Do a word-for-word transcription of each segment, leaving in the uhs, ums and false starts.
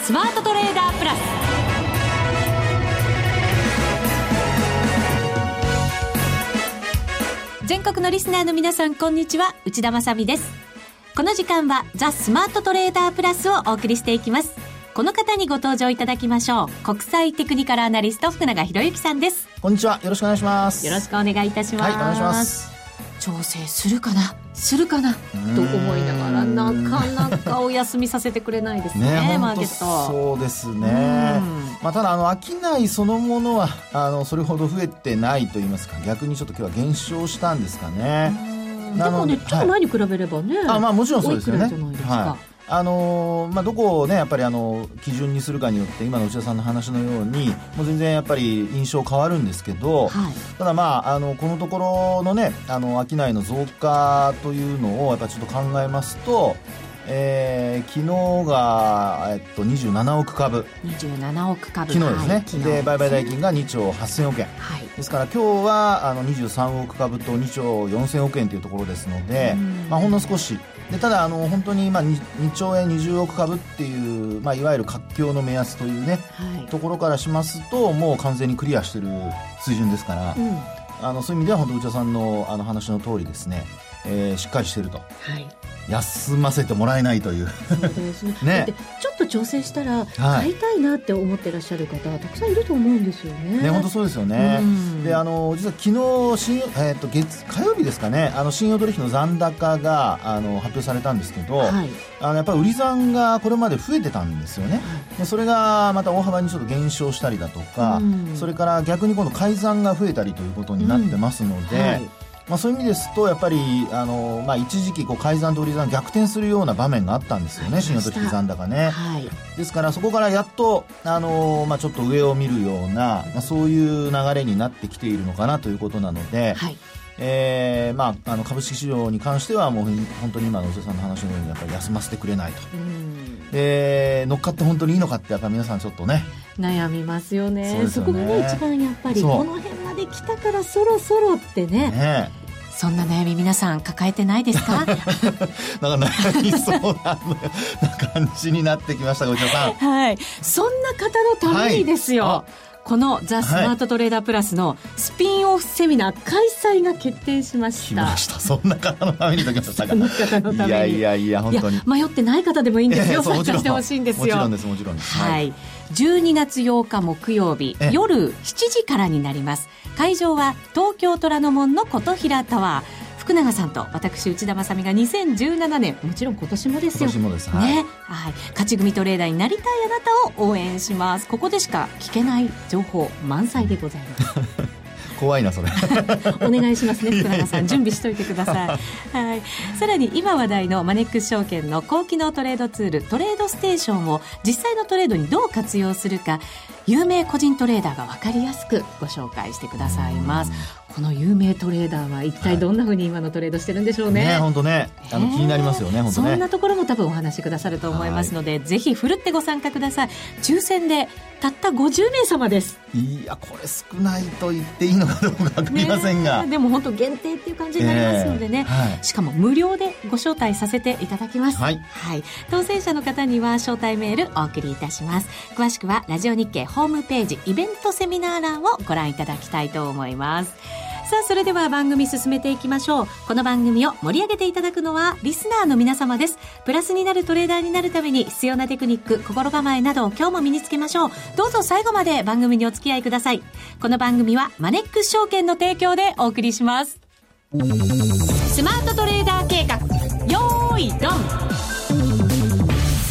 スマートトレーダープラス。全国のリスナーの皆さん、こんにちは、内田まさみです。この時間はザ・スマートトレーダープラスをお送りしていきます。この方にご登場いただきましょう。国際テクニカルアナリスト福永博之さんです。 こんにちは、よろしくお願いします。 よろしくお願いいたします。 はい、お願いします。 調整するかなするかなと思いながら、なかなかお休みさせてくれないですね、ね、マーケット。 そうですね、まあ、ただあの商いそのものはあのそれほど増えてないと言いますか、逆にちょっと今日は減少したんですかね。 でもね、ちょっと前に比べればね、 あ、まあ、もちろんそうですよね。 じゃないですか。 はい、あのーまあ、どこをねやっぱりあの基準にするかによって今の内田さんの話のようにもう全然やっぱり印象変わるんですけど、はい、ただまああのこのところのねあの商いの増加というのをやっぱりちょっと考えますと、えー、昨日が、えっと、にじゅうななおくかぶにじゅうななおくかぶ昨日ですね、 はい、 で売買代金がにちょうはっせんおくえん、はい、ですから今日はあのにじゅうさんおくかぶとにちょうよんせんおくえんというところですので、まあ、ほんの少しで、ただあの本当にまあ 2, にちょうえんにじゅうおくかぶっていう、まあ、いわゆる活況の目安というね、はい、ところからしますともう完全にクリアしている水準ですから、うん、あのそういう意味では本当内田さん の, あの話の通りですね、えー、しっかりしていると、はい、休ませてもらえないというそうですねね、だってちょっと調整したら買いたいなって思ってらっしゃる方、はい、たくさんいると思うんですよね。 ね、本当そうですよね。であの実は昨日新、えー、と月火曜日ですかね、あの信用取引の残高があの発表されたんですけど、はい、あのやっぱり売り残がこれまで増えてたんですよね。でそれがまた大幅にちょっと減少したりだとか、それから逆に今度買い残が増えたりということになってますので、うん、はい、まあ、そういう意味ですとやっぱりあの、まあ、一時期こう買い残と売り残逆転するような場面があったんですよね、信用取引残高ね、はい、ですからそこからやっとあの、まあ、ちょっと上を見るような、まあ、そういう流れになってきているのかなということなので、はい、えーまあ、あの株式市場に関してはもう本当に今の内田さんの話のようにやっぱり休ませてくれないと、うん、で乗っかって本当にいいのかってやっぱり皆さんちょっとね悩みますよね。 そ, そこがね一番やっぱりこの辺まで来たからそろそろって ね, ねそんな悩み皆さん抱えてないですか？なんか悩みそうな感じになってきましたが内田さん、 はい、そんな方のためにですよ、はい、このザ・スマートトレーダープラスのスピンオフセミナー開催が決定しました。 来ました。そんな方のためにときましたか。 その方のために。いやいやいや本当に。 迷ってない方でもいいんですよ。参加してほしいんですよ。 もちろんですもちろんです。 はい。はい、じゅうにがつようか木曜日夜しちじからになります。会場は東京虎ノ門の琴平タワー。福永さんと私内田まさみがにせんじゅうななねん、もちろん今年もですよ。 今年もです。はい。 ね、はい。勝ち組トレーダーになりたいあなたを応援します。ここでしか聞けない情報満載でございます。 怖いなそれお願いしますね福永さん、準備しといてください、はい、さらに今話題のマネックス証券の高機能トレードツールトレードステーションを実際のトレードにどう活用するか、有名個人トレーダーが分かりやすくご紹介してくださいます。この有名トレーダーは一体どんな風に今のトレードしてるんでしょうね。 ね、本当ね、あの気になりますよね。本当ね、 そんなところも多分お話しくださると思いますので、ぜひふるってご参加ください。抽選でたったごじゅうめいさまです。 いやこれ少ないと言っていいのかどうか分かりませんが、 ね、でも本当限定っていう感じになりますのでね、えーはい、しかも無料でご招待させていただきます、はいはい、当選者の方には招待メールお送りいたします。詳しくはラジオ日経ホームページイベントセミナー欄をご覧いただきたいと思います。さあそれでは番組進めていきましょう。この番組を盛り上げていただくのはリスナーの皆様です。プラスになるトレーダーになるために必要なテクニック、心構えなどを今日も身につけましょう。どうぞ最後まで番組にお付き合いください。この番組はマネックス証券の提供でお送りします。スマートトレーダー計画、よーいドン。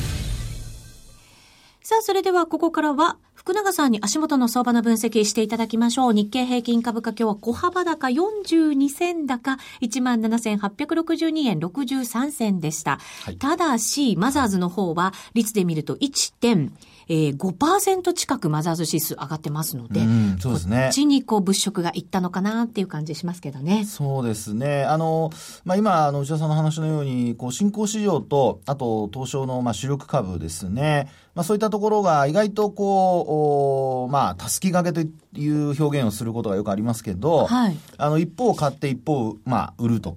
さあそれではここからは福永さんに足元の相場の分析していただきましょう。日経平均株価今日は小幅高よんじゅうにせん高 いちまんななせんはっぴゃくろくじゅうにえんろくじゅうさんせんでした、はい、ただしマザーズの方は率で見ると いってんごパーセント 近くマザーズ指数上がってますので、うん、そうですね、こっちにこう物色がいったのかなっていう感じしますけどね。 そうですね、あの、まあ、今あの内田さんの話のようにこう新興市場とあと東証のまあ主力株ですね、まあ、そういったところが意外とこうまあたすき掛けという表現をすることがよくありますけど、はい、あの一方買って一方まあ売るとか、うん、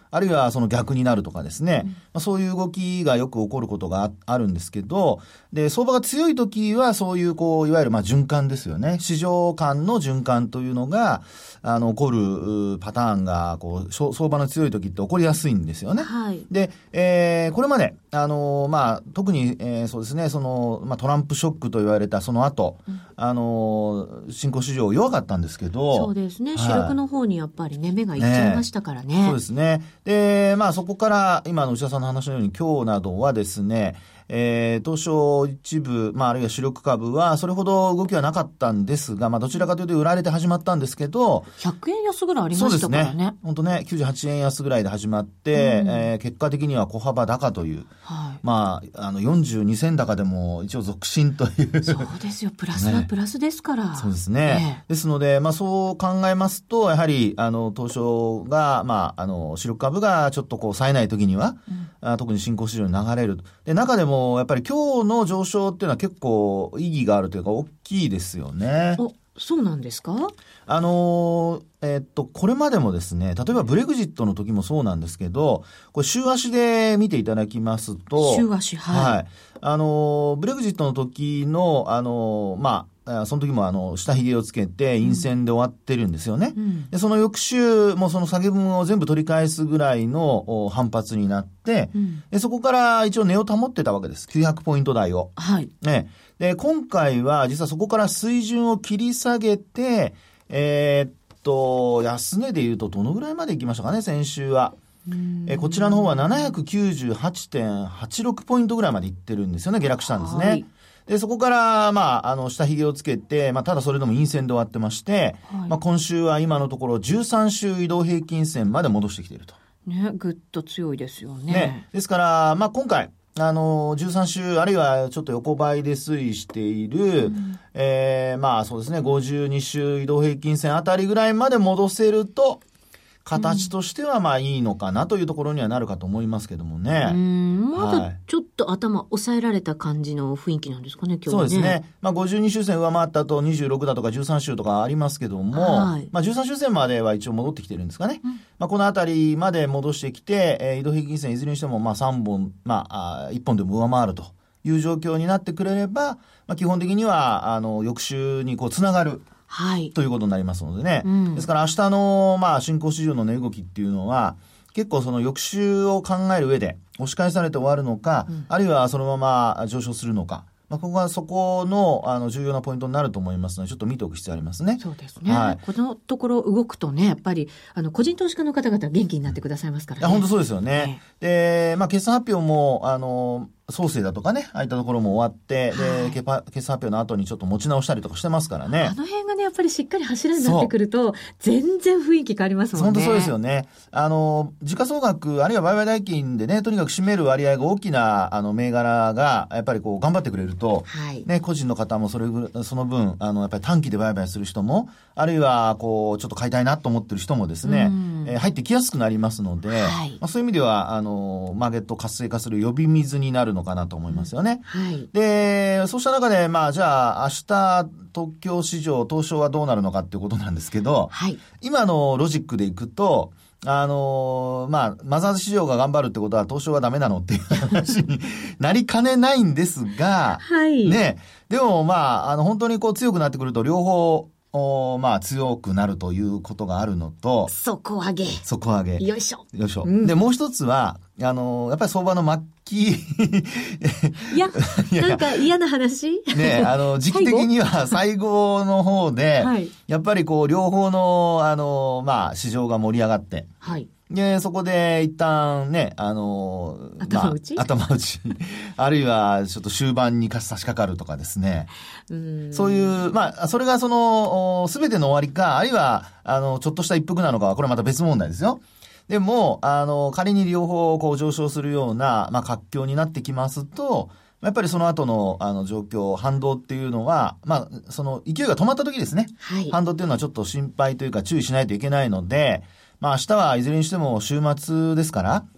あるいはその逆になるとかですね、うんまあ、そういう動きがよく起こることが あ, あるんですけど、で相場が強い時はそういうこういわゆるまあ循環ですよね。市場間の循環というのがあの起こるパターンがこう相場の強い時って起こりやすいんですよね。 はい、 で、えー、これまであのまあ特に、えー、そうですねその、まあ、トランプショックと言われたその後、うん、あの新興市場弱かったんですけど、 そうですね、はい、主力の方にやっぱりね目がいっちゃいましたからね。 ねそうですね。で、まあそこから今の内田さんの話のように今日などはですね、えー、東証一部、まああるいは主力株はそれほど動きはなかったんですが、まあどちらかというと売られて始まったんですけど、 ひゃくえん安ぐらいありましたからね。そうですね。 本当ね、きゅうじゅうはちえん安ぐらいで始まって、うんえー、結果的には小幅高という、はい、まああのよんじゅうにせん高でも一応続伸という。 そうですよ。プラスはプラスですから。 ね、そうですね。ねですので、まあそう考えますと、やはりあの東証がまああの主力株がちょっとこう冴えない時には、うん、あ特に新興市場に流れる。で中でもやっぱり今日の上昇っていうのは結構意義があるというか大きいですよね。 お、そうなんですか？ あのえー、っとこれまでもですね、例えばブレグジットの時もそうなんですけど、これ週足で見ていただきますと、 週足はい、 はい、あのブレグジットの時のあのまあその時もあの下髭をつけて陰線で終わってるんですよね、うん、でその翌週もその下げ分を全部取り返すぐらいの反発になって、うん、でそこから一応値を保ってたわけです。きゅうひゃくポイント台を、 はいね、で今回は実はそこから水準を切り下げて、えー、っと安値でいうとどのぐらいまで行きましたかね。先週はえこちらの方は ななひゃくきゅうじゅうはちてんはちろく ポイントぐらいまで行ってるんですよね。下落したんですね、はいでそこから、まあ、あの下髭をつけて、まあ、ただそれでも陰線で終わってまして、はいまあ、今週は今のところじゅうさん週移動平均線まで戻してきていると、 ね、ぐっと強いですよ ね, ねですから、まあ、今回あのじゅうさん週あるいはちょっと横ばいで推移している、うんえー、まあそうですねごじゅうに週移動平均線あたりぐらいまで戻せると形としてはまあいいのかなというところにはなるかと思いますけどもね。 うんまだちょっと頭抑えられた感じの雰囲気なんですかね今日はね。 そうですね、まあ、ごじゅうに週線上回った後にじゅうろくだとかじゅうさん週とかありますけども、はいまあ、じゅうさん週線までは一応戻ってきてるんですかね、うんまあ、このあたりまで戻してきて、えー、移動平均線いずれにしてもまあさんぼん、まあ、あいっぽんでも上回るという状況になってくれれば、まあ、基本的にはあの翌週にこうつながるはい、ということになりますのでね、うん、ですから明日の、まあ、新興市場の値動きっていうのは結構その翌週を考える上で押し返されて終わるのか、うん、あるいはそのまま上昇するのか、まあ、ここがそこ の, あの重要なポイントになると思いますのでちょっと見ておく必要ありますね。 そうですね、はい、このところ動くとねやっぱりあの個人投資家の方々元気になってくださいますからね。いや本当そうですよね、ねで、まあ、決算発表もあの創生だとかねああいったところも終わって、はい、で決算発表の後にちょっと持ち直したりとかしてますからね。 あの辺がねやっぱりしっかり柱になってくると全然雰囲気変わりますもんね。 本当そうですよね。あの時価総額あるいは売買代金でねとにかく占める割合が大きなあの銘柄がやっぱりこう頑張ってくれると、はいね、個人の方もそれぐその分あのやっぱり短期で売買する人もあるいはこうちょっと買いたいなと思ってる人もですね、えー、入ってきやすくなりますので、はいまあ、そういう意味ではあのマーケット活性化する呼び水になるのかなと思いますよね、うんはい、でそうした中で、まあ、じゃあ明日東京市場東証はどうなるのかっていうことなんですけど、はい、今のロジックでいくとあのー、まあ、マザーズ市場が頑張るってことは東証はダメなのっていう話になりかねないんですが、はい、ね、でもまあ、あの、本当にこう強くなってくると両方、おまあ強くなるということがあるのと底上げ底上げよいしょよいしょ、うん、でもう一つはあのやっぱり相場の末期いやなんか嫌な話ねあの時期的には最後の方で、はい、やっぱりこう両方のあのまあ市場が盛り上がってはいで、そこで一旦ね、あのー、 頭打ち、 まあ、頭打ち。あるいは、ちょっと終盤に差し掛かるとかですね。うんそういう、まあ、それがその、すべての終わりか、あるいは、あの、ちょっとした一服なのかは、これまた別問題ですよ。でも、あの、仮に両方こう上昇するような、まあ、活況になってきますと、やっぱりその後の、あの、状況、反動っていうのは、まあ、その、勢いが止まった時ですね。はい。反動っていうのはちょっと心配というか注意しないといけないので、まあ明日はいずれにしても週末ですから、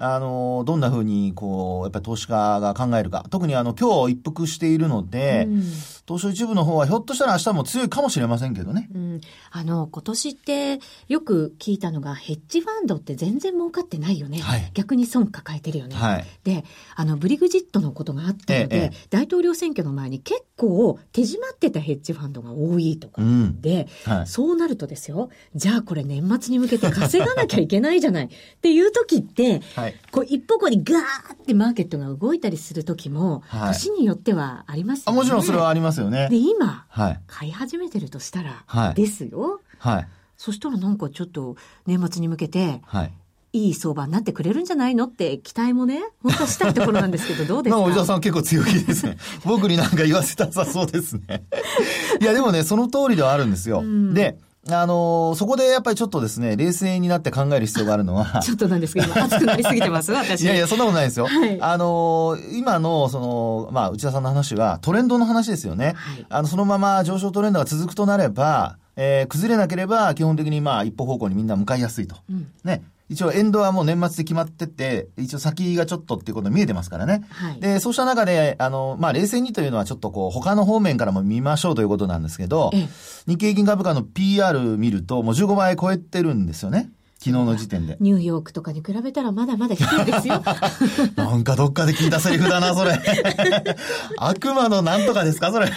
あの、どんな風に、こう、やっぱり投資家が考えるか。特にあの、今日一服しているので、うん、東証一部の方はひょっとしたら明日も強いかもしれませんけどね。 うん、あの、今年ってよく聞いたのが、ヘッジファンドって全然儲かってないよね。はい、逆に損抱えてるよね。はい、で、あの、ブリグジットのことがあったので、ええ、大統領選挙の前に結構手締まってたヘッジファンドが多いとかで、うんはい、そうなるとですよ、じゃあこれ年末に向けて稼がなきゃいけないじゃないっていう時って、はい、こう一方向にガーってマーケットが動いたりする時も、はい、年によってはありますよね。 もちろんそれはありますよね。 で、今、はい、買い始めてるとしたら、はい、ですよ。はい。そしたらなんかちょっと年末に向けて、はい。いい相場になってくれるんじゃないのって期待もね、本当はしたいところなんですけど、どうですか？ おじさん結構強気ですね。僕になんか言わせたさそうですね。いやでもね、その通りではあるんですよ。うん、で、あのー、そこでやっぱりちょっとですね、冷静になって考える必要があるのは。 ちょっとなんですけど、熱くなりすぎてます私。 いやいや、そんなことないですよ。はい、あのー、今の、その、まあ、内田さんの話はトレンドの話ですよね。はい、あの、そのまま上昇トレンドが続くとなれば、えー、崩れなければ基本的にまあ、一歩方向にみんな向かいやすいと。うん、ね。一応エンドはもう年末で決まってて、一応先がちょっとっていうこと見えてますからね。はい、で、そうした中で、あの、まあ、冷静にというのはちょっとこう、他の方面からも見ましょうということなんですけど、日経平均株価の ピーアール 見るともうじゅうごばい超えてるんですよね。昨日の時点で。 ニューヨークとかに比べたらまだまだ低いですよ。 なんかどっかで聞いたセリフだな、それ。悪魔のなんとかですか、それ。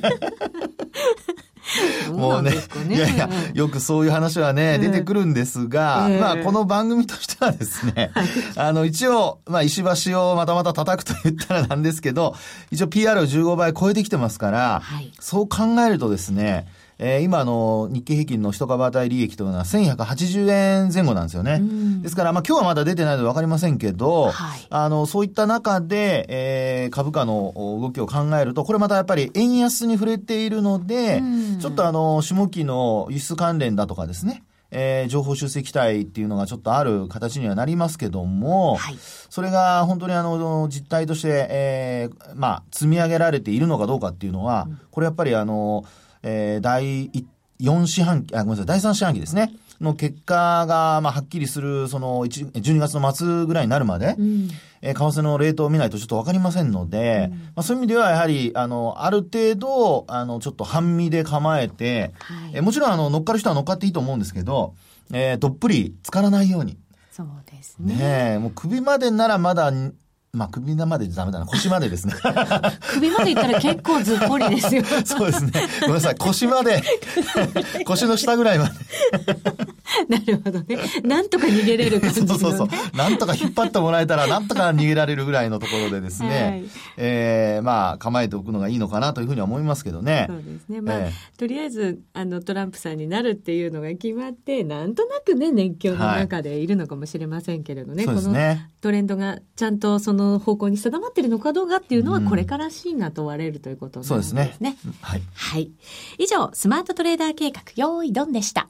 もうね、ね、いやいや、よくそういう話はね、出てくるんですが、えー、まあ、この番組としてはですね、はい、あの、一応、まあ、石橋をまたまた叩くと言ったらなんですけど、一応 ピーアール をじゅうごばい超えてきてますから、はい、そう考えるとですね、えー、今の日経平均の一株当たり利益というのはせんひゃくはちじゅうえんぜん後なんですよね。ですから、まあ今日はまだ出てないのでわかりませんけど、はい、あの、そういった中で、えー、株価の動きを考えると、これまたやっぱり円安に触れているので、ちょっとあの、下期の輸出関連だとかですね、えー、情報修正期待っていうのがちょっとある形にはなりますけども、はい、それが本当にあの、実態として、えー、まあ、積み上げられているのかどうかっていうのは、うん、これやっぱりあの、えー、だいよん四半期、あ、ごめんなさい、だいさん四半期ですね。の結果が、まあ、はっきりする、その、じゅうにがつの末ぐらいになるまで、うん、えー、為替のレートを見ないとちょっとわかりませんので、うん、まあ、そういう意味では、やはり、あの、ある程度、あの、ちょっと半身で構えて、はい、えー、もちろん、あの、乗っかる人は乗っかっていいと思うんですけど、えー、どっぷり浸からないように。 そうですね。 ねえ、もう首までならまだ、まあ、首までダメだな。腰までですね。 首までいったら結構ずっぽりですよ。 そうですね。ごめんなさい。腰まで。腰の下ぐらいまで。 なるほどね。なんとか逃げれる感じの、ね。そうそうそう。 なんとか引っ張ってもらえたら、なんとか逃げられるぐらいのところでですね。はい、えー、まあ、構えておくのがいいのかなというふうには思いますけどね。 そうですね。まあ、えー、とりあえず、あの、トランプさんになるっていうのが決まって、なんとなくね、熱狂の中でいるのかもしれませんけれどね。はい、そうですね。このトレンドがちゃんとその方向に定まっているのかどうかっていうのは、これからシーンが問われるということなんですね。そうですね。はい。はい。以上、スマートトレーダー計画、用意ドンでした。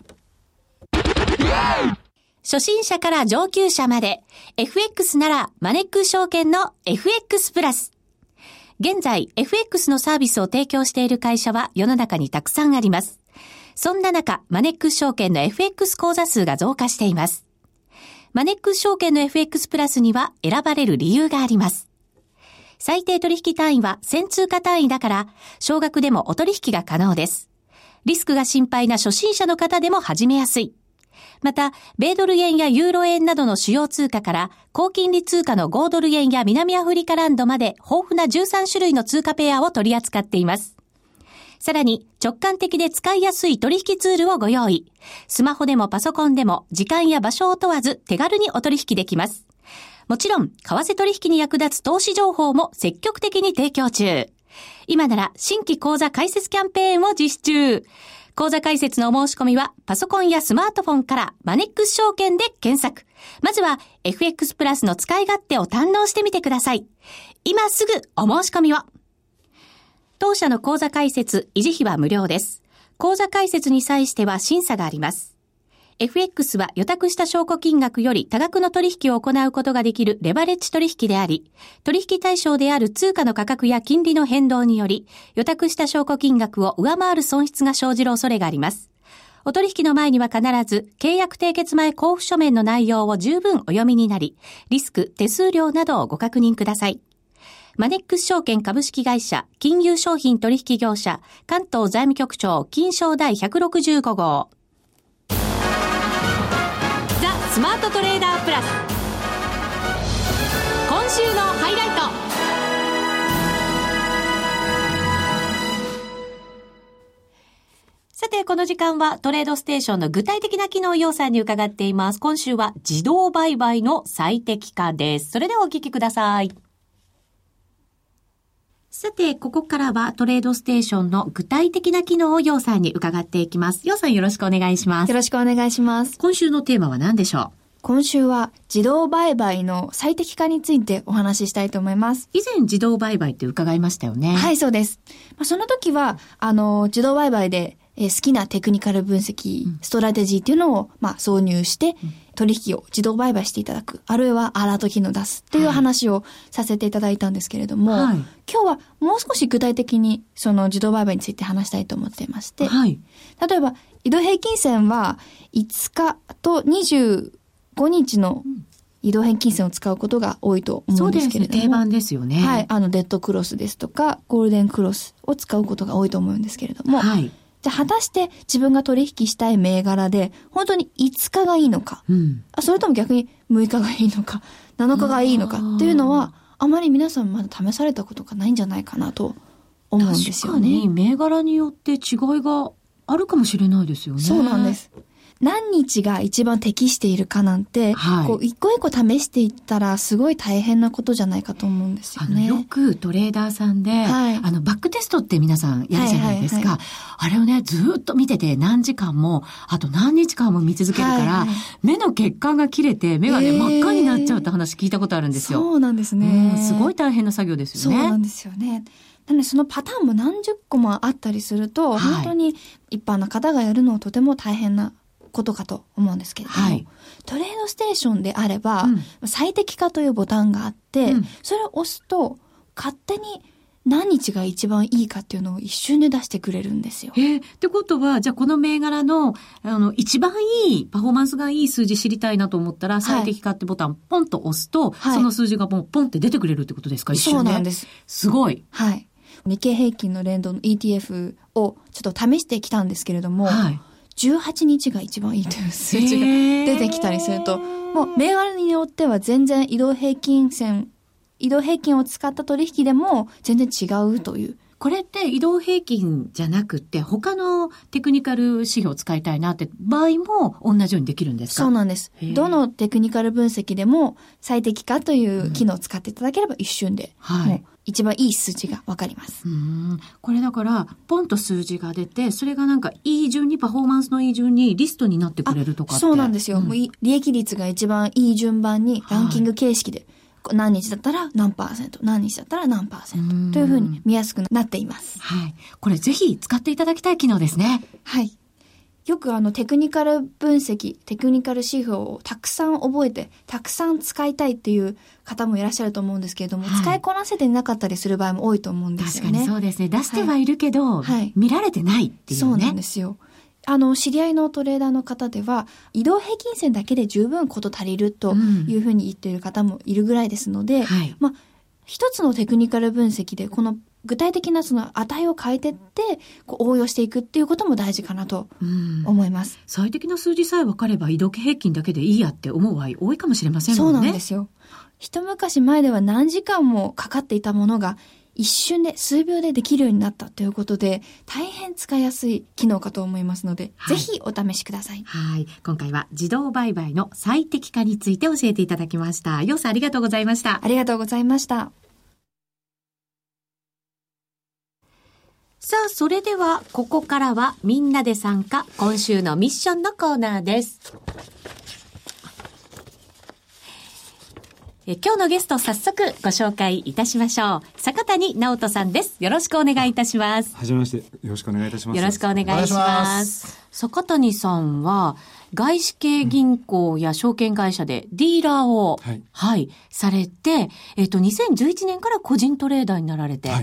初心者から上級者まで エフエックス ならマネックス証券の エフエックス プラス。現在 エフエックス のサービスを提供している会社は世の中にたくさんあります。そんな中、マネックス証券の エフエックス 口座数が増加しています。マネックス証券の エフエックス プラスには選ばれる理由があります。最低取引単位はせん通貨単位だから、少額でもお取引が可能です。リスクが心配な初心者の方でも始めやすい。また、米ドル円やユーロ円などの主要通貨から、高金利通貨の豪ドル円や南アフリカランドまで豊富なじゅうさん種類の通貨ペアを取り扱っています。さらに、直感的で使いやすい取引ツールをご用意。スマホでもパソコンでも、時間や場所を問わず手軽にお取引できます。もちろん、為替取引に役立つ投資情報も積極的に提供中。今なら、新規口座開設キャンペーンを実施中。口座開設のお申し込みは、パソコンやスマートフォンからマネックス証券で検索。まずは、エフエックス プラスの使い勝手を堪能してみてください。今すぐお申し込みを。当社の口座開設、維持費は無料です。口座開設に際しては審査があります。エフエックス は予託した証拠金額より多額の取引を行うことができるレバレッジ取引であり、取引対象である通貨の価格や金利の変動により、予託した証拠金額を上回る損失が生じる恐れがあります。 お取引の前には必ず契約締結前交付書面の内容を十分お読みになり、リスク、手数料などをご確認ください。マネックス証券株式会社金融商品取引業者関東財務局長金商第ひゃくろくじゅうご号。ザ・スマートトレーダープラス。今週のハイライト。さて、この時間はトレードステーションの具体的な機能要素に伺っています。今週は自動売買の最適化です。それではお聞きください。さて、ここからはトレードステーションの具体的な機能を楊さんに伺っていきます。楊さん、よろしくお願いします。 よろしくお願いします。 今週のテーマは何でしょう？ 今週は自動売買の最適化についてお話ししたいと思います。 以前自動売買って伺いましたよね。 はい、そうです。まあ、その時は、あの、自動売買で、えー、好きなテクニカル分析、うん、ストラテジーっていうのを、まあ、挿入して、うん、取引を自動売買していただく、あるいはアラート機能を出すっていう話をさせていただいたんですけれども、はい、今日はもう少し具体的にその自動売買について話したいと思っていまして、はい、例えば移動平均線はいつかとにじゅうごにちの移動平均線を使うことが多いと思うんですけれども、 そうですね、定番ですよね。 はい、あのデッドクロスですとかゴールデンクロスを使うことが多いと思うんですけれども、はい、じゃあ果たして自分が取引したい銘柄で本当にいつかがいいのか、うん、あそれとも逆にむいかがいいのかなのかがいいのかっていうのはあまり皆さんまだ試されたことがないんじゃないかなと思うんですよね。 確かに銘柄によって違いがあるかもしれないですよね。 そうなんです。何日が一番適しているかなんて、はい、こう一個一個試していったらすごい大変なことじゃないかと思うんですよね。 あのよくトレーダーさんで、はい、あのバックテストって皆さんやるじゃないですか。はいはいはい、あれをねずっと見てて何時間もあと何日間も見続けるから、はいはい、目の血管が切れて目がね、えー、真っ赤になっちゃうって話聞いたことあるんですよ。 そうなんですね。 うん、すごい大変な作業ですよね。 そうなんですよね。なのでそのパターンも何十個もあったりすると、はい、本当に一般の方がやるのはとても大変なことかと思うんですけれども、はい、トレードステーションであれば、うん、最適化というボタンがあって、うん、それを押すと勝手に何日が一番いいかっていうのを一瞬で出してくれるんですよ。 えー、ってことはじゃあこの銘柄のあの一番いいパフォーマンスがいい数字知りたいなと思ったら、はい、最適化ってボタンポンと押すと、はい、その数字がもうポンって出てくれるってことですか？一瞬で。 そうなんです。 すごい。 はい。日経平均の連動の イーティーエフ をちょっと試してきたんですけれども、はい、じゅうはちにちが一番いいという数字が出てきたりすると、もう銘柄によっては全然移動平均線、移動平均を使った取引でも全然違うという。 これって移動平均じゃなくって他のテクニカル指標を使いたいなって場合も同じようにできるんですか？ そうなんです。どのテクニカル分析でも最適化という機能を使っていただければ一瞬で、うん、はい、もう一番いい数字がわかります。 うーん、これだからポンと数字が出て、それがなんかいい順にパフォーマンスのいい順にリストになってくれるとかって。 そうなんですよ。うん、もう利益率が一番いい順番にランキング形式で、はい、何日だったら何パーセント、何日だったら何パーセントというふうに見やすくなっています。 はい。これぜひ使っていただきたい機能ですね。 はい。よくあのテクニカル分析、テクニカル指標をたくさん覚えて、たくさん使いたいっていう方もいらっしゃると思うんですけれども、はい、使いこなせてなかったりする場合も多いと思うんですよね。 確かにそうですね。出してはいるけど、はい、見られてないっていうね。 そうなんですよ。あの、知り合いのトレーダーの方では、移動平均線だけで十分こと足りるというふうに言っている方もいるぐらいですので、うん、はい、まあ、一つのテクニカル分析で、この具体的なその値を変えてって、こう応用していくっていうことも大事かなと思います。うん、 最適な数字さえ分かれば移動平均だけでいいやって思う場合多いかもしれませんもんね。 そうなんですよ。一昔前では何時間もかかっていたものが、一瞬で数秒でできるようになったということで大変使いやすい機能かと思いますので、はい、ぜひお試しください。 はい。今回は自動売買の最適化について教えていただきました。楊さんありがとうございました。 ありがとうございました。 さあ、それではここからはみんなで参加今週のミッションのコーナーです。え今日のゲスト早速ご紹介いたしましょう。坂谷直人さんです。よろしくお願いいたします。 はじめまして。よろしくお願いいたします。 よろしくお願いします。坂谷さんは外資系銀行や証券会社でディーラーを、うん、はい、はい、されて、えっとにせんじゅういちねんから個人トレーダーになられて、はい、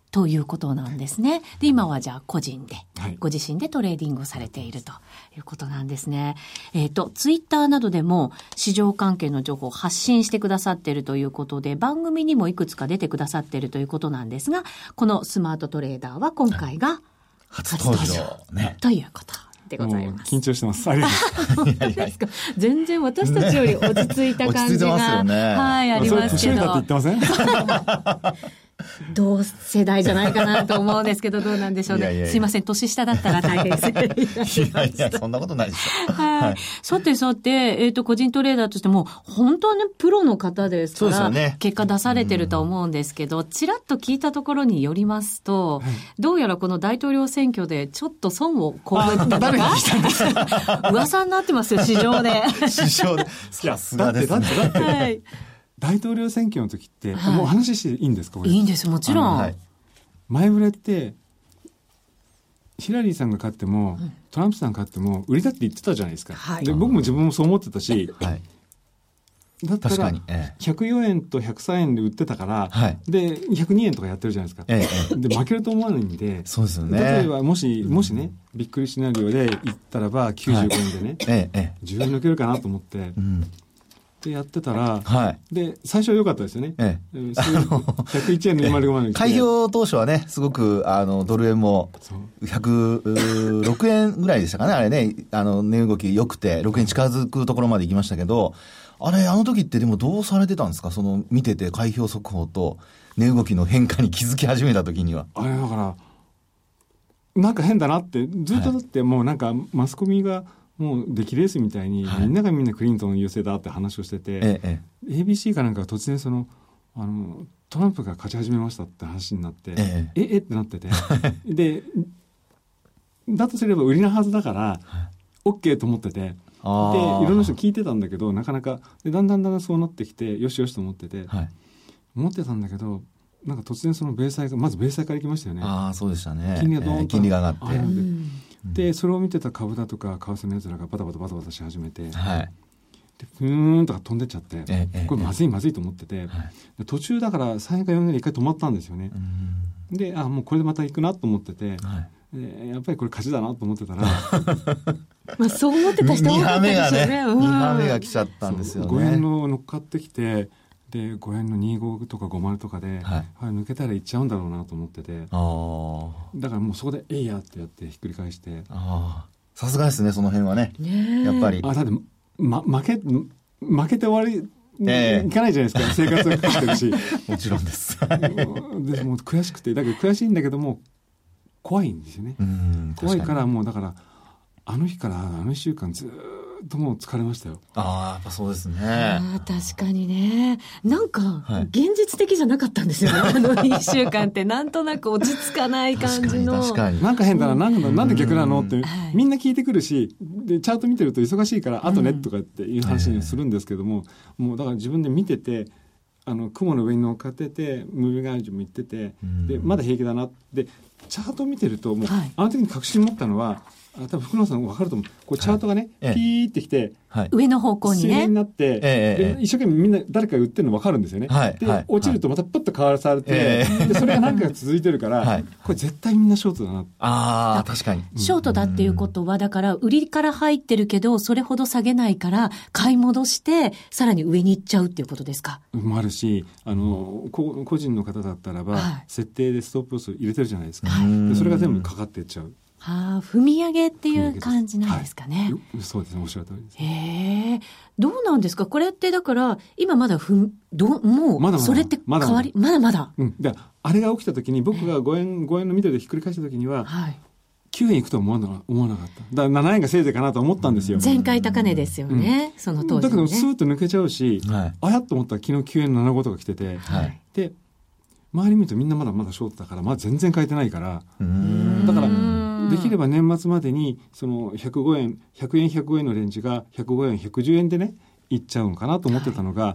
ということなんですね。で、今はじゃあ個人で、 はい、 ご自身でトレーディングをされているということなんですね。えっと、ツイッターなどでも市場関係の情報を発信してくださっているということで、番組にもいくつか出てくださっているということなんですが、このスマートトレーダーは今回が初登場、ね、ということでございます。 緊張してます。ありがとうございます。 全然私たちより落ち着いた感じが、 ね、 はい、ありますけど。 年上だって言ってません？ 同世代じゃないかなと思うんですけど、どうなんでしょうね。いやいやいや、すいません、年下だったら大変失礼いたしました。 いやいや、そんなことないですよ。 はい。はい、さてさて、えっと、個人トレーダーとしても、本当はね、プロの方ですから、ね、結果出されてると思うんですけど、ちらっと聞いたところによりますと、はい、どうやらこの大統領選挙でちょっと損を被ったとか、噂になってますよ、市場で。 市場で。さすがですね。 だって、だって、だって。はい、大統領選挙の時って、はい、もう話していいんですか？これいいんです、もちろん。はい、 前触れってヒラリーさんが勝っても、うん、トランプさんが勝っても売りだって言ってたじゃないですか。はい、で僕も自分もそう思ってたし、はい、だったらひゃくよえんとひゃくさんえんで売ってたから、はい、でひゃくにえんとかやってるじゃないですか。ええ、で負けると思わないんで、 そうですよね。 例えばもしもしね、びっくりシナリオで言ったらばきゅうじゅうごえんでね、はい、ええ、じゅうえん抜けるかなと思って。うん、でやってたら、はい、で最初は良かったですよね。ええ、ひゃくいちえんのにまるごまで来て開業当初はね、すごくあのドル円もひゃくろくえんぐらいでしたかね、あれね、あの値動き良くてろくえん近づくところまで行きましたけど、あれあの時ってでもどうされてたんですか？その見てて開票速報と値動きの変化に気づき始めた時には。 あれだからなんか変だなってずっとだってもうなんかマスコミがもう出来レースみたいに、はい、みんながみんなクリントン優勢だって話をしてて、ええ、エービーシー かなんか突然そのあのトランプが勝ち始めましたって話になって、ええええってなっててでだとすれば売りなはずだから、はい、OK と思ってて、でいろんな人聞いてたんだけどなかなかでだんだんだんだんそうなってきてよしよしと思ってて、はい、思ってたんだけどなんか突然その米債がまず米債から行きましたよね。 ああそうでしたね。 金利がどーんと、 えー、金利が上がって、 でそれを見てた株だとか為替のやつらがバタバタバタバタし始めて、はい、でふーんとか飛んでっちゃって、ええ、これまずいまずいと思ってて、はい、で途中だからさんえんかよえんで一回止まったんですよね。であもうこれでまた行くなと思ってて、はい、でやっぱりこれ勝ちだなと思ってたらまあそう思ってた人多かったでしょうね。にはめがね、 にはめが来ちゃったんですよね。 ごえんの乗っかってきてでごえんのにじゅうごとかごじゅうとかで、はいはい、抜けたらいっちゃうんだろうなと思ってて、あだからもうそこでえいやってやってひっくり返して、 あさすがですねその辺はね。ねやっぱりあだって、ま、負け負けて終わりえー、いかないじゃないですか生活がかかってるしもちろんですでもう悔しくてだけど悔しいんだけども怖いんですよね。うん怖いからもうだからあの日からあのいっしゅうかんずっともう疲れましたよ。 ああやっぱそうですね。 あ確かにねなんか現実的じゃなかったんですよね、はい、あのいっしゅうかんってなんとなく落ち着かない感じの確かに確かになんか変だな、うん、なんだなんで逆なのって、はい、みんな聞いてくるしでチャート見てると忙しいからあとね、うん、とかっていう話にするんですけども、えー、もうだから自分で見ててあの雲の上に乗っかっててムービングアベレージも行ってて、うん、でまだ平気だなでチャート見てるともう、はい、あの時に確信持ったのはあ多分福野さん分かると思うこうチャートがね、はい、ピーってきて、 はい、上の方向にね水平になって、えー、で一生懸命みんな誰かが売ってるの分かるんですよね、はい、で、はい、落ちるとまたプッと変わらされて、えー、でそれが何回か続いてるから、はい、これ絶対みんなショートだなあ確かにショートだっていうことはだから売りから入ってるけどそれほど下げないから買い戻してさらに上に行っちゃうっていうことですか。 もあるしあの個人の方だったらば、はい、設定でストップロス入れてるじゃないですか、はい、でそれが全部かかっていっちゃうはあ、踏み上げっていう感じなんですかね。 はい、そうですね、おっしゃる通りです。 へえ、どうなんですか。これってだから今まだふどもうまだまだそれって変わりまだまだ。 うん、であれが起きた時に僕がごえんごえんのミドルでひっくり返した時には、はい、きゅうえんいくとは思わな思わなかった。だからななえんがせいぜいかなと思ったんですよ。 前回高値ですよね。うん、その当時、ね、 だけどスーッと抜けちゃうし、はい、あやっと思ったら昨日きゅうえんななじゅうごとか来てて、はい、で周り見るとみんなまだまだショートだからまだ全然変えてないから、うーんだからできれば年末までにそのひゃくごえんひゃくえんひゃくごえんのレンジがひゃくごえんひゃくじゅうえんでねいっちゃうのかなと思ってたのが、はい、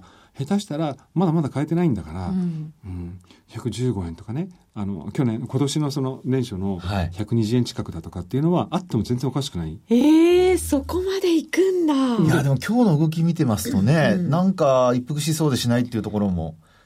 下手したらまだまだ変えてないんだから、うんうん、ひゃくじゅうごえんとかねあの去年今年のその年初のひゃくにじゅうえん近くだとかっていうのはあっても全然おかしくない。 えー、そこまでいくんだ。 いやでも今日の動き見てますとね、うん、なんか一服しそうでしないっていうところも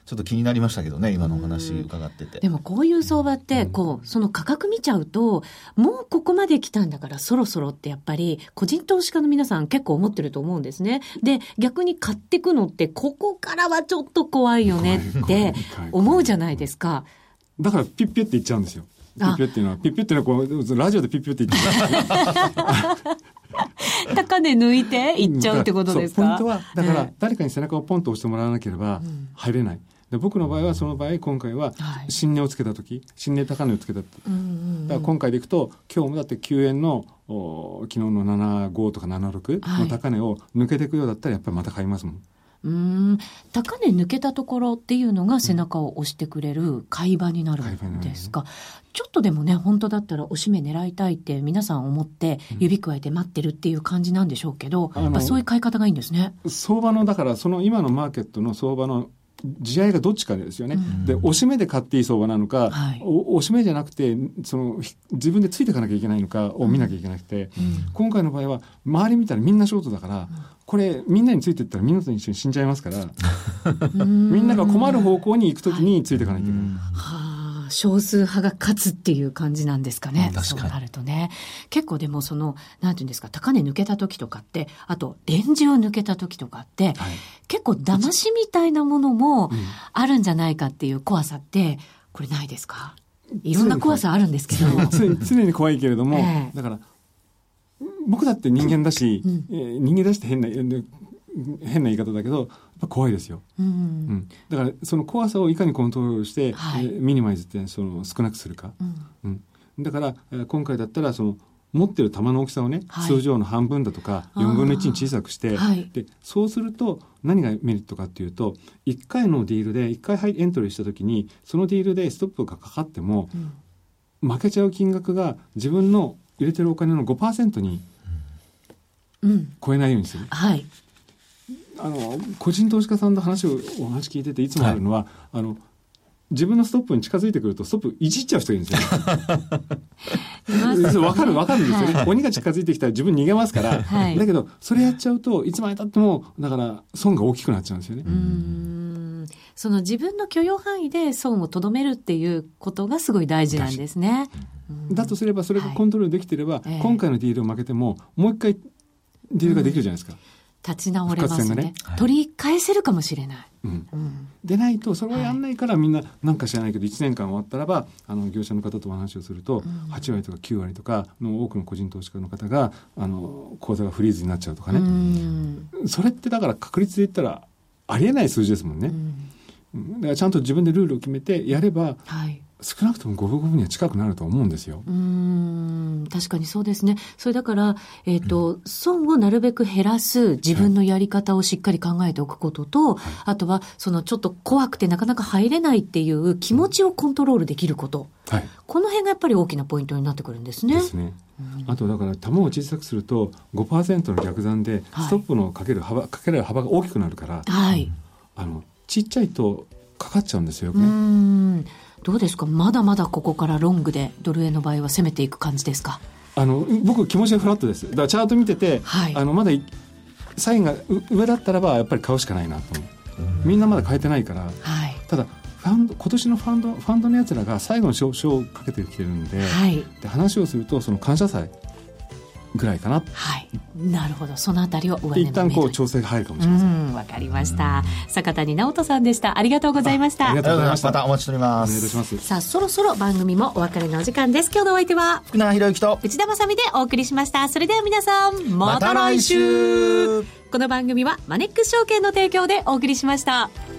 ちょっと気になりましたけどね、今のお話伺ってて。 でもこういう相場ってこうその価格見ちゃうと、もうここまで来たんだからそろそろってやっぱり個人投資家の皆さん結構思ってると思うんですね。で逆に買ってくのってここからはちょっと怖いよねって思うじゃないですか。 だからピッピュって言っちゃうんですよ。ピッピュっていうのはピッピュっていうのはこうラジオでピッピュって言っちゃう高値抜いていっちゃうってことですか。 ポイントはだから誰かに背中をポンと押してもらわなければ入れない、うんで僕の場合はその場合今回は新値をつけた時、はい、新値高値をつけた時、うんうんうん、だから今回でいくと今日もだってきゅうえんの昨日のななじゅうごとかななじゅうろくの高値を抜けていくようだったらやっぱりまた買いますもん。 うーん高値抜けたところっていうのが背中を押してくれる買い場になるんですか、うん、ちょっとでもね本当だったら押し目狙いたいって皆さん思って指くわえて待ってるっていう感じなんでしょうけど、うん、やっぱそういう買い方がいいんですね。 相場のだからその今のマーケットの相場の地合いがどっちかですよね、うん、で押し目で買っていい相場なのか、はい、押し目じゃなくてその自分でついていかなきゃいけないのかを見なきゃいけなくて、うん、今回の場合は周り見たらみんなショートだから、うん、これみんなについていったらみんなと一緒に死んじゃいますからみんなが困る方向に行くときについていかなきゃいけない、はいはあ少数派が勝つっていう感じなんですかね。そうなるとね。結構でもその、なんていうんですか、高値抜けた時とかって、あとレンジを抜けた時とかって、はい、結構騙しみたいなものもあるんじゃないかっていう怖さって、これないですか？いろんな怖さあるんですけど。 常に、常に怖いけれども、えー、だから、僕だって人間だし、うんえー、人間だして変な、変な言い方だけどやっぱ怖いですよ、うんうん、だからその怖さをいかにコントロールして、はいえー、ミニマイズってその少なくするか、うんうん、だから、えー、今回だったらその持ってる玉の大きさをね、はい、通常の半分だとかよんぶんのいちに小さくして、はい、でそうすると何がメリットかっていうといっかいのディールでいっかいエントリーした時にそのディールでストップがかかっても、うん、負けちゃう金額が自分の入れてるお金の ごパーセント に超えないようにする、うんはいあの個人投資家さんの話をお話聞いてていつもあるのは、はい、あの自分のストップに近づいてくるとストップいじっちゃう人がいるんですよ。わかるわかるんですよね、はい、鬼が近づいてきたら自分逃げますから、はい、だけどそれやっちゃうといつまでたってもだから損が大きくなっちゃうんですよね。 うーんその自分の許容範囲で損をとどめるっていうことがすごい大事なんですね。 だとすればそれがコントロールできていれば、はい、今回のディールを負けてももう一回ディールができるじゃないですか、うん立ち直れますね、ねはい、取り返せるかもしれない、うんうん、でないとそれをやんないから、はい、みんななんか知らないけどいちねんかん終わったらばあの業者の方とお話をすると、うん、はちわりとかきゅうわりとかの多くの個人投資家の方があの口座がフリーズになっちゃうとかね、うん、それってだから確率で言ったらありえない数字ですもんね、うん、だからちゃんと自分でルールを決めてやれば、はい少なくとも五分五分には近くなると思うんですよ。 うーん確かにそうですね。それだから、えーとうん、損をなるべく減らす自分のやり方をしっかり考えておくことと、はい、あとはそのちょっと怖くてなかなか入れないっていう気持ちをコントロールできること、うんはい、この辺がやっぱり大きなポイントになってくるんですね。 ですね。うん、あとだから球を小さくすると ごパーセント の逆算でストップのかける幅、はい、かけられる幅が大きくなるから、はい、あのちっちゃいとかかっちゃうんですよね。うーんどうですかまだまだここからロングでドル円の場合は攻めていく感じですか。 あの僕気持ちがフラットです。だからチャート見てて、はい、あのまだサインが上だったらばやっぱり買うしかないなと思う。みんなまだ買えてないから、はい、ただファンド今年のファンドファンドのやつらが最後の勝負をかけてきてるんで、はい、で話をするとその感謝祭ぐらいかな、 はい、なるほどそのあたりを上値の一旦こう調整が入るかもしれません。 わかりました。坂谷直人さんでした。ありがとうございました。 ありがとうございました。またお待ちしております。お願いいたします。 さあそろそろ番組もお別れのお時間です。今日のお相手は福永博之と内田まさみでお送りしました。それでは皆さんまた来週、また来週。この番組はマネックス証券の提供でお送りしました。